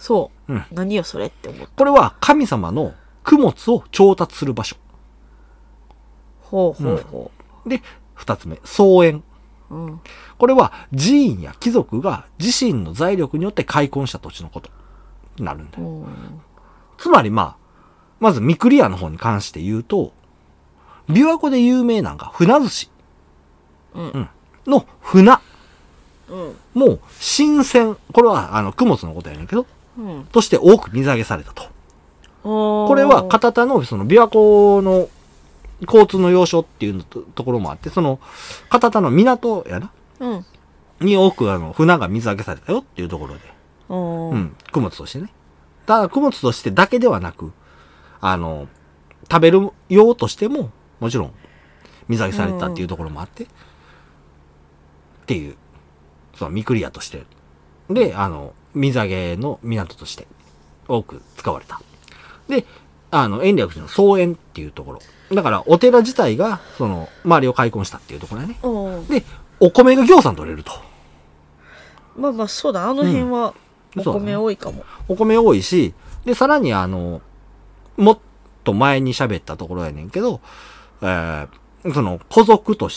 そう、 うん、 何よそれって思った。 これは神様の供物を調達する場所。 ほうほうほう。で、二つ目、荘園。 うん。 これは寺院や貴族が自身の財力によって開墾した土地のことになるんだよ。つまりまずミクリアの方に関して言うと、琵琶湖で有名なのが船寿司、の船、もう新鮮、これは供物のことやねんけど、として多く水揚げされたと。これは片田のその琵琶湖の交通の要所っていうところもあって、その片田の港やな、に多く船が水揚げされたよっていうところで、供物としてね。ただ供物としてだけではなく、食べる用としてももちろん水揚げされたっていうところもあって、っていう、そのミクリアとしてで水揚げの港として多く使われた。で延暦寺の荘園っていうところだからお寺自体がその周りを開墾したっていうところだね。でお米がぎょうさん取れると。 まあそうだ、あの辺はお米多いかも、 ね、お米多いし、でさらにもっと前に喋ったところやねんけど、その戸属として、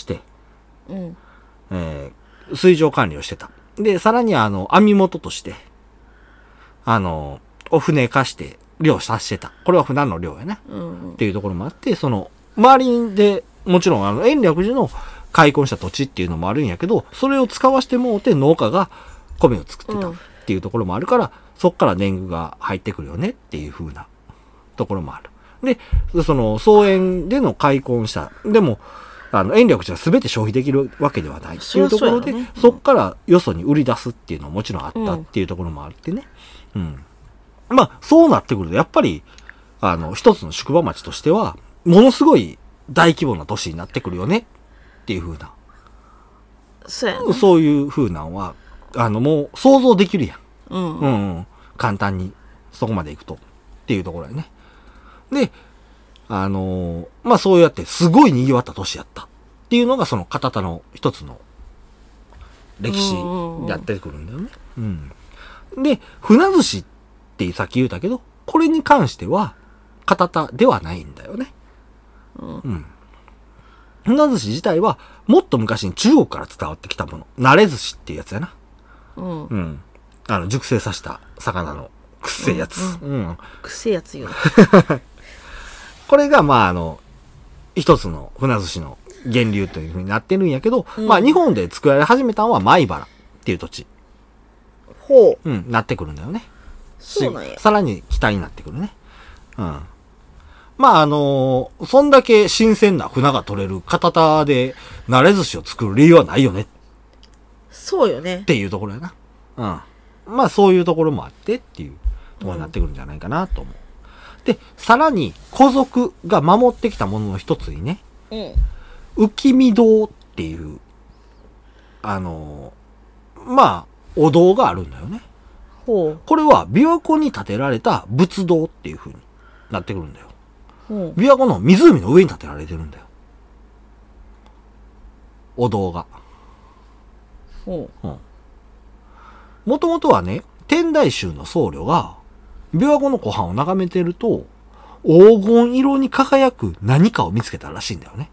水上管理をしてた。でさらに網元としてお船貸して漁さしてた。これは船の漁やね、っていうところもあって、その周りでもちろん延暦寺の開墾した土地っていうのもあるんやけど、それを使わしてもうて農家が米を作ってたっていうところもあるから、そっから年貢が入ってくるよねっていう風なところもある。でその荘園での開墾したでも延暦寺は全て消費できるわけではないっていうところで、そっからよそに売り出すっていうのはもちろんあったっていうところもあってね。まあそうなってくるとやっぱり一つの宿場町としてはものすごい大規模な都市になってくるよねっていう風な、そういう風なんはもう想像できるやん。簡単にそこまで行くとっていうところやね。でまあそうやってすごい賑わった都市やったっていうのがその片田の一つの歴史やってくるんだよね。で船寿司ってさっき言うたけど、これに関しては片田ではないんだよね。船寿司自体はもっと昔に中国から伝わってきたもの。慣れ寿司っていうやつやな。熟成させた魚のくっせえやつ。 くっせえやつよ。 これがまあ一つの船寿司の源流という風になってるんやけど、まあ日本で作られ始めたのは米原っていう土地。なってくるんだよね。 そうなんや。 さらに北になってくるね。まあそんだけ新鮮な船が取れる片田で慣れ寿司を作る理由はないよね。 そうよね。 っていうところやな。まあそういうところもあってっていうところになってくるんじゃないかなと思う。で、さらに古族が守ってきたものの一つにね、浮見堂っていう、まあ、お堂があるんだよね。これは琵琶湖に建てられた仏堂っていう風になってくるんだよ。琵琶湖の湖の上に建てられてるんだよ。お堂が。もともとはね、天台宗の僧侶が、琵琶湖の湖畔を眺めてると、黄金色に輝く何かを見つけたらしいんだよね。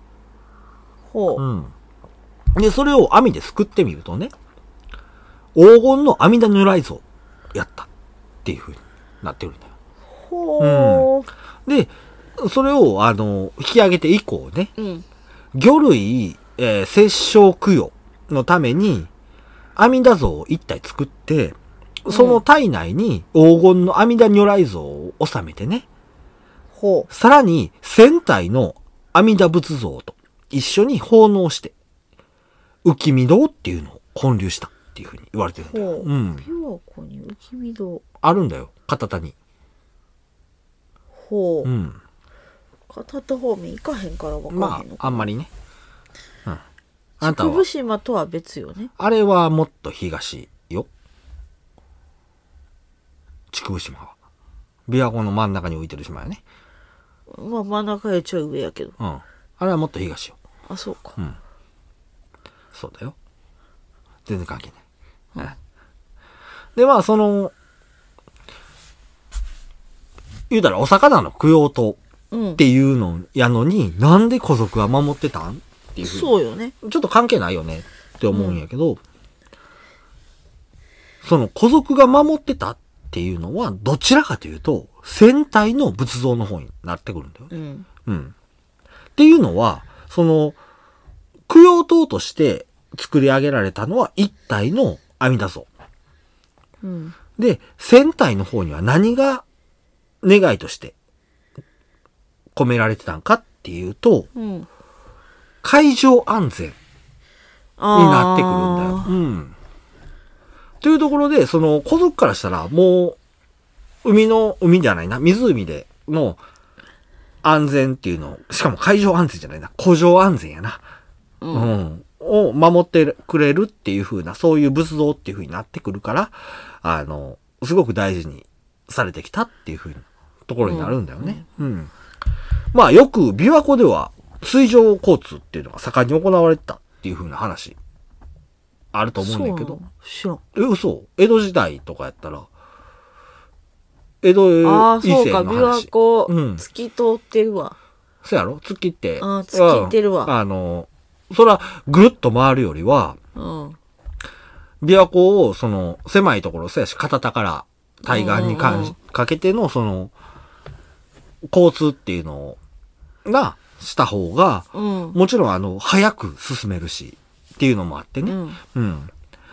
で、それを網ですくってみるとね、黄金の阿弥陀如来像やったっていう風になってるんだよ。で、それを引き上げて以降ね、魚類、殺生供養のために阿弥陀像を一体作って、その体内に黄金の阿弥陀如来像を収めてね、さらに1000体の阿弥陀仏像と一緒に奉納して、浮見堂っていうのを建立したっていうふうに言われてるんだよ。 琵琶湖に浮見堂あるんだよ、片田に。 片田方面行かへんから分かんへんのかな。まあ、あんまりね。 竹生島とは別よね。 あれはもっと東よ。竹生島は。琵琶湖の真ん中に浮いてる島やね。 まあ真ん中よりちょい上やけど。 あれはもっと東よ。 あ、そうか。 そうだよ。全然関係ない。で、まあその、 言うたらお魚の供養塔うんっていうのやのに、なんで古族は守ってたんっていうふうに。 そうよね。 ちょっと関係ないよねって思うんやけど、その古族が守ってたっていうのは、どちらかというと、戦隊の仏像の方になってくるんだよね。 うんうん。っていうのは、その、供養塔として作り上げられたのは一体の阿弥陀像。 うんで、戦隊の方には何が願いとして込められてたんかっていうと、 うん海上安全になってくるんだよ。うん。というところで、その古族からしたらもう海じゃないな、湖での安全っていうのを、しかも海上安全じゃないな、湖上安全やな。を守ってくれるっていう風な、そういう仏像っていう風になってくるから、すごく大事にされてきたっていう風なところになるんだよね。まあよく琵琶湖では水上交通っていうのが盛んに行われてたっていう風な話あると思うんだけど。 知らん。 嘘。江戸時代とかやったら、江戸以前の話。 そうか、琵琶湖、 うん透き通ってるわ。 そうやろ月って。 透きてるわ。 そら、ぐるっと回るよりは、 うん琵琶湖を、その、狭いところ、そうやし、片田から対岸にかけての、その、交通っていうのが、した方が、 うんもちろん、早く進めるし、っていうのもあってね。 うん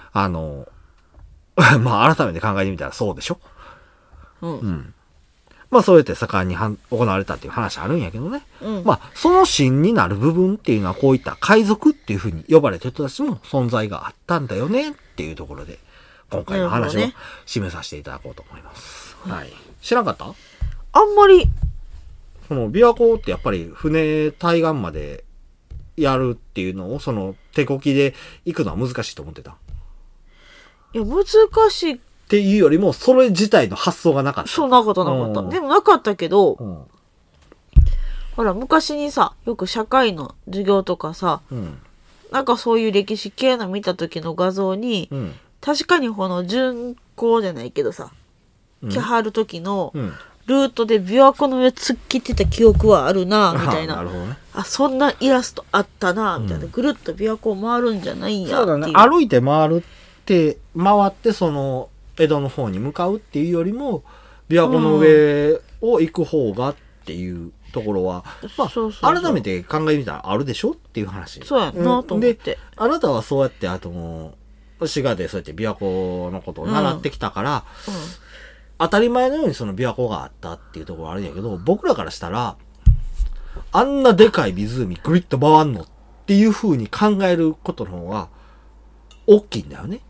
まあ、改めて考えてみたらそうでしょ。 うんまあ、そうやって盛んに行われたっていう話あるんやけどね。 うんまあ、その芯になる部分っていうのは、こういった海賊っていうふうに呼ばれてる人たちも存在があったんだよねっていうところで、今回の話をなるほどね締めさせていただこうと思います。はい。知らんかった？ あんまり、 その、琵琶湖ってやっぱり船対岸までやるっていうのを、その、手こきで行くのは難しいと思ってた。っいや、難しい。 ていうよりも、それ自体の発想がなかった。 そう、なかった。でもなかったけど、 うん。 ほら、昔にさ、よく社会の授業とかさ、 うん。 なんかそういう歴史系の見た時の画像に、 うん。 確かにこの巡航じゃないけどさ、来はる時のうん。 ルートで琵琶湖の上突っ切ってた記憶はあるな、みたいな。 なるほどね。 あ、そんなイラストあったな、みたいな。ぐるっと琵琶湖を回るんじゃないんやっていう。 そうだね。歩いて回ってその、江戸の方に向かうっていうよりも、琵琶湖の上を行く方がっていうところは、まあ、 そうそうそう改めて考えてみたらあるでしょっていう話。 そうやんなと思ってで、あなたはそうやって、滋賀でそうやって琵琶湖のことを習ってきたから、当たり前のようにその琵琶湖があったっていうところあるんやけど、僕らからしたら、あんなでかい湖グリッと回んのっていう風に考えることの方が、大きいんだよね。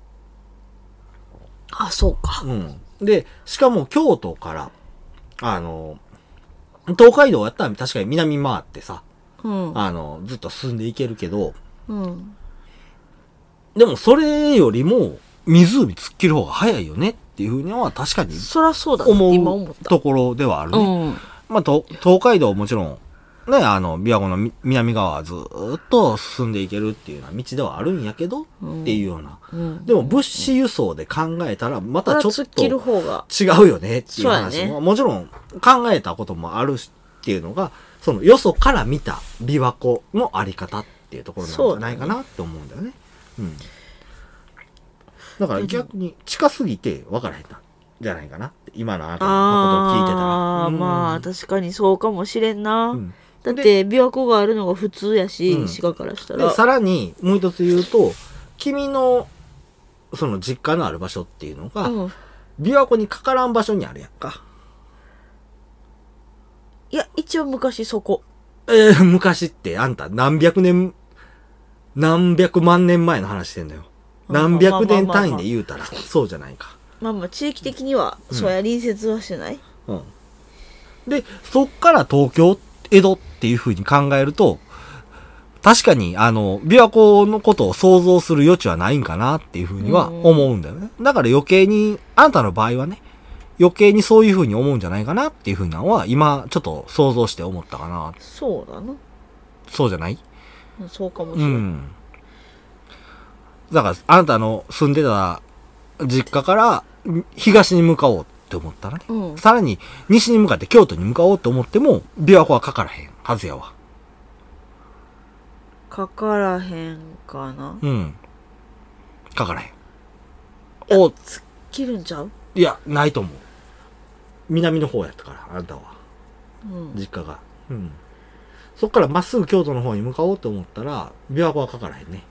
あ、そうか。 で、しかも京都から、東海道やったら確かに南回ってさ、ずっと進んでいけるけど、でもそれよりも湖突っ切る方が早いよねっていうふうには確かにそらそうだね。今思思うった。 ところではあるね。まあ、東海道もちろん、ね、琵琶湖の南側はずーっと進んでいけるっていうような道ではあるんやけど、っていうような。でも物資輸送で考えたら、またちょっ突っ切ると方が。 違うよねっていう話も、 そうやねもちろん考えたこともあるしっていうのが、そのよそから見た琵琶湖のあり方っていうところなんじゃないかなって思うんだよね。だから逆に近すぎて分からへんな。じゃないかなって今のあなたのことを聞いてたら。 まあ確かにそうかもしれんな。だって琵琶湖があるのが普通やし、滋賀からしたら。 で、さらにもう一つ言うと、君のその実家のある場所っていうのが、琵琶湖にかからん場所にあるやんか。 いや、一応昔そこ。 昔ってあんた何百万年前の話してんだよ。何百年単位で言うたら、そうじゃないか。 まあまあ地域的には、そうや隣接はしてない。 で、そっから東京、江戸っていう風に考えると、確かに、琵琶湖のことを想像する余地はないんかなっていう風には思うんだよね。だから余計に、あんたの場合はね、余計にそういう風に思うんじゃないかなっていう風なのは、今、ちょっと想像して思ったかな。 そうだな。 そうじゃない？ そうかもしれない。 だから、あなたの住んでた実家から東に向かおうっって思ったらね、 うん、 さらに西に向かって京都に向かおうと思っても琵琶湖はかからへんはずやわ。 かからへんかな。 うん。かからへん。お、 突っ切るんちゃう？ いや、ないと思う。南の方やったから、あなたは。 うん。 実家が。うん。そっからまっすぐ京都の方に向かおうと思ったら、琵琶湖はかからへんね。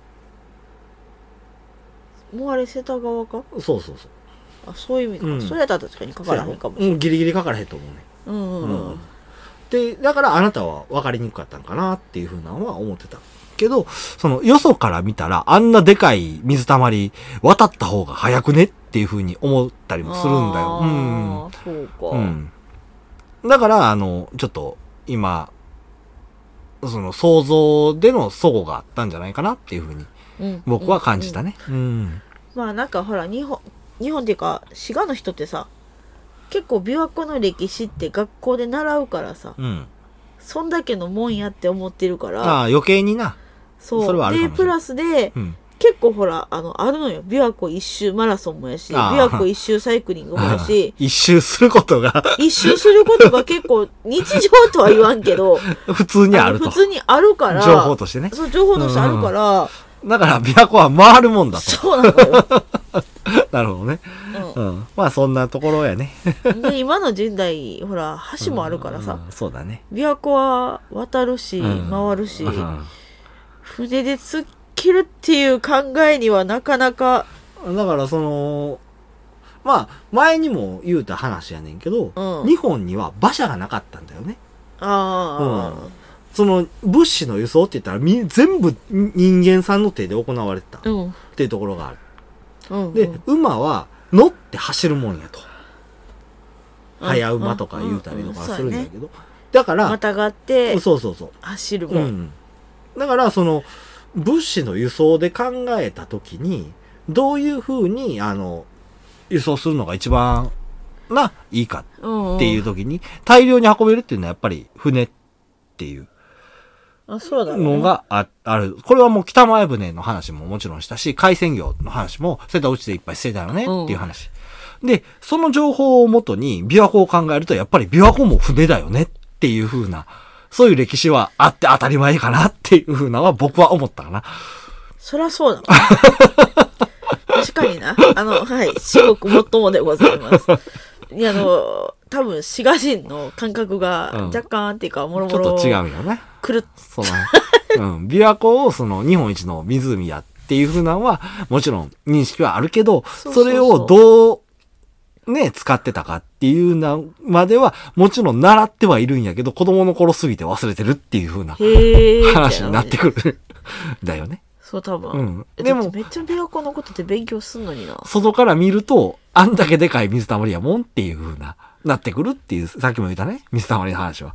もうあれ瀬田川か？ そうそうそう。 あ、そういう意味か。 うんそれやったら確かにかからへんかもしれない。 うん、ギリギリかからへんと思うね。 うんうんうん。 で、だからあなたは分かりにくかったんかなっていうふうなのは思ってた。けど、その、よそから見たら、あんなでかい水たまり、渡った方が早くねっていうふうに思ったりもするんだよ。 ああ、そうか。 うん。だから、ちょっと、今、その、想像での齟齬があったんじゃないかなっていうふうに、僕は感じたね。 まあなんかほら、日本っていうか、滋賀の人ってさ、結構琵琶湖の歴史って学校で習うからさ、そんだけのもんやって思ってるから、 ああ、余計にな。 そう。 それはあるかもしれない。 で、プラスで、結構ほら、あるのよ。琵琶湖一周マラソンもやし、琵琶湖一周サイクリングもやし、 一周することが一周することが結構日常とは言わんけど、 普通にあると。 普通にあるから、 情報としてね。 そう、情報としてあるから、 だから琵琶湖は回るもんだと。 そうなのよ。 なるほどね。まあそんなところやね。 で、今の時代、ほら、橋もあるからさ、 そうだね。 琵琶湖は渡るし、回るし、船で突っ切るっていう考えにはなかなか。 だからまあ、前にも言うた話やねんけど、日本には馬車がなかったんだよね。その物資の輸送って言ったら全部人間さんの手で行われてたっていうところがある。で、馬は乗って走るもんやと。早馬とか言うたりとかするんだけど。だから、 またがって、 そう。 走るもん。 だから、物資の輸送で考えたときに、どういうふうに、輸送するのが一番、いいかっていうときに、大量に運べるっていうのはやっぱり船っていうのがある。これはもう北前船の話ももちろんしたし、海鮮業の話も瀬戸内でいっぱいしてたよねっていう話。で、その情報をもとに琵琶湖を考えると、やっぱり琵琶湖も船だよねっていうふうな、そういう歴史はあって当たり前かなっていうふうなのは僕は思ったかな。 そりゃそうだ。確かにな。はい、至極もっともでございます。いや、多分、滋賀人の感覚が若干っていうか、もろもろ。 ちょっと違うよね。そうね。琵琶湖を日本一の湖やっていうふうなのは、もちろん認識はあるけど、それをどう、使ってたかっていうなまでは、もちろん習ってはいるんやけど、子供の頃過ぎて忘れてるっていう風な話になってくる。だよね。 そう、多分。でも、めっちゃ琵琶湖のことって勉強すんのにな。 外から見ると、あんだけでかい水たまりやもんっていう風な、なってくるっていう、さっきも言ったね、水たまりの話は。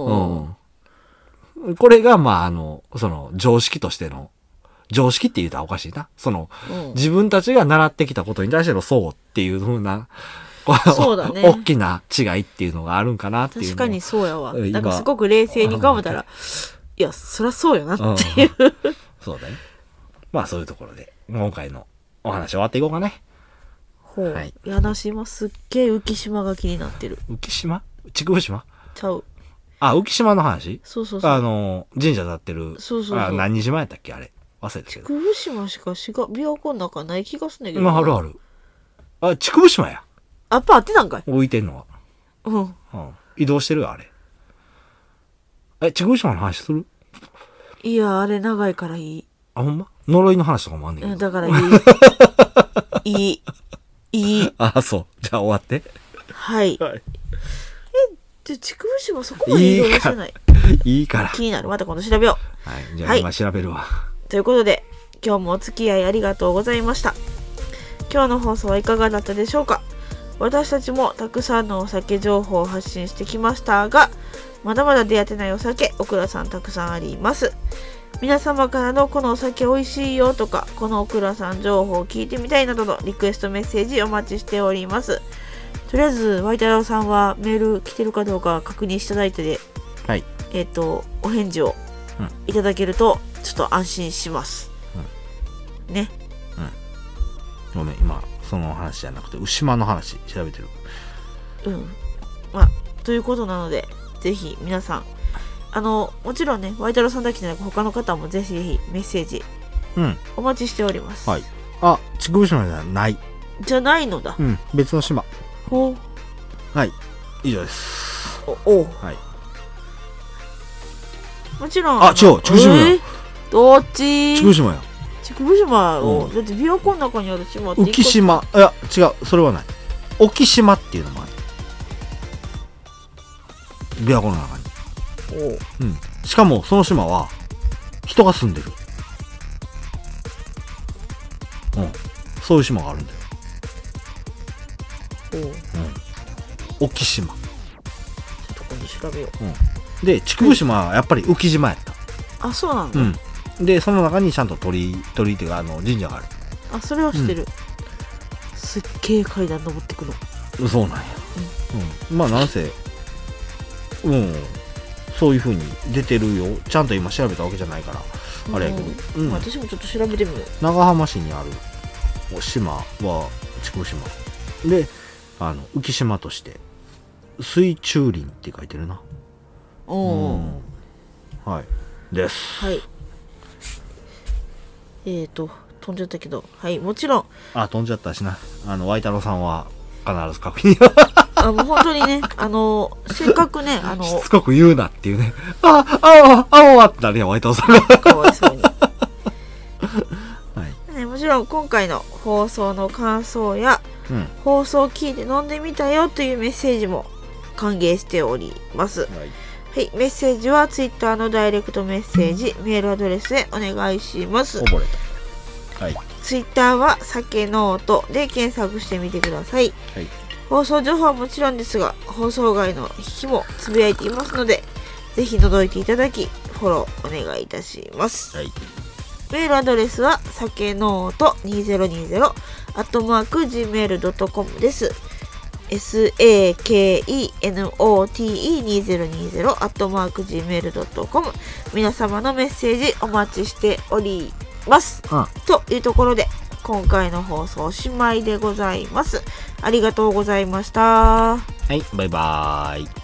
これが、まあ、常識としての、常識って言うたらおかしいな。自分たちが習ってきたことに対しての相互っていう風な、 そうだね。 大きな違いっていうのがあるんかなっていう。 確かにそうやわ。なんかすごく冷静に考えたら、いや、そりゃそうよなっていう。 そうだね。まあそういうところで、今回のお話終わっていこうかね。 ほう。やなし今すっげえ浮島が気になってる。 浮島？筑後島？ ちゃう。 あ、浮島の話？ そう。 神社建ってる。 そう。 何島やったっけあれ。忘れたけど。 筑後島しか琵琶湖の中ない気がすんねんけど。 ある。あ、筑後島や。 やっぱ合ってたんかい？ 置いてんのは。移動してるよ、あれ。筑後島の話する？ いや、あれ長いからいい。 あ、ほんま？呪いの話とかもあんねんけど。 だからいい。 あ、そう。じゃあ終わって。 はい。で、筑後島そこまで移動してない。 いいから。 気になる。また今度調べよう。はい。じゃあ今調べるわ。 ということで、今日もお付き合いありがとうございました。今日の放送はいかがだったでしょうか？私たちもたくさんのお酒情報を発信してきましたが、まだまだ出会ってないお酒、オクラさんたくさんあります。皆様からのこのお酒美味しいよとか、このオクラさん情報を聞いてみたいなどのリクエストメッセージお待ちしております。とりあえずワイタロウさんはメール来てるかどうか確認していただいてで、 はい、 お返事をいただけるとちょっと安心します、ね。 ごめん、今その話じゃなくて牛島の話調べてる。 まあということなので、ぜひ皆さんもちろんねワイタロさんだけじゃなく他の方もぜひぜひメッセージお待ちしております。 はい。あ、竹生島じゃない。 じゃないのだ。 別の島。 ほう。 はい。以上です。 おはい。 もちろん。 あ、違う。竹生島や。 どっち？ 竹生島や。 竹生島を、だって琵琶湖の中にある島って。 浮島。いや、違う。それはない。沖島っていうのもある。琵琶湖の中に。しかもその島は人が住んでる。そういう島があるんだよ。沖島。ちょっと今度調べよう。で、竹生島はやっぱり浮島やった。 あ、そうなんだ。 で、その中にちゃんと鳥居っていうか神社がある。 あ、それは知ってる。すっげえ階段登ってくの。 そうなんや。まあなんせそういう風に出てるよ。ちゃんと今調べたわけじゃないからあれやけど、 私もちょっと調べてみる。 長浜市にある島は竹生島で、浮島として水中林って書いてるな。はいです。 はい。飛んじゃったけど、はい、もちろん。 飛んじゃったしな。ワイタロさんは必ず確認。 もう本当にね、せっかくね、 しつこく言うなっていうね。あってなるやん、ワイタロさんが。 かわいそうに。 はい。 もちろん今回の放送の感想や、放送を聞いて飲んでみたよというメッセージも歓迎しております。はい、メッセージは Twitter のダイレクトメッセージ、メールアドレスへお願いします。 溺れた。はい。 Twitter は酒ノートで検索してみてください。はい。放送情報はもちろんですが、放送外の日もつぶやいていますので、ぜひ覗いていただき、フォローお願いいたします。はい。メールアドレスは酒ノート2020 @gmail.com です。sakenote2020 @gmail.com 皆様のメッセージお待ちしております。というところで今回の放送おしまいでございます。ありがとうございました。 はい、バイバーイ。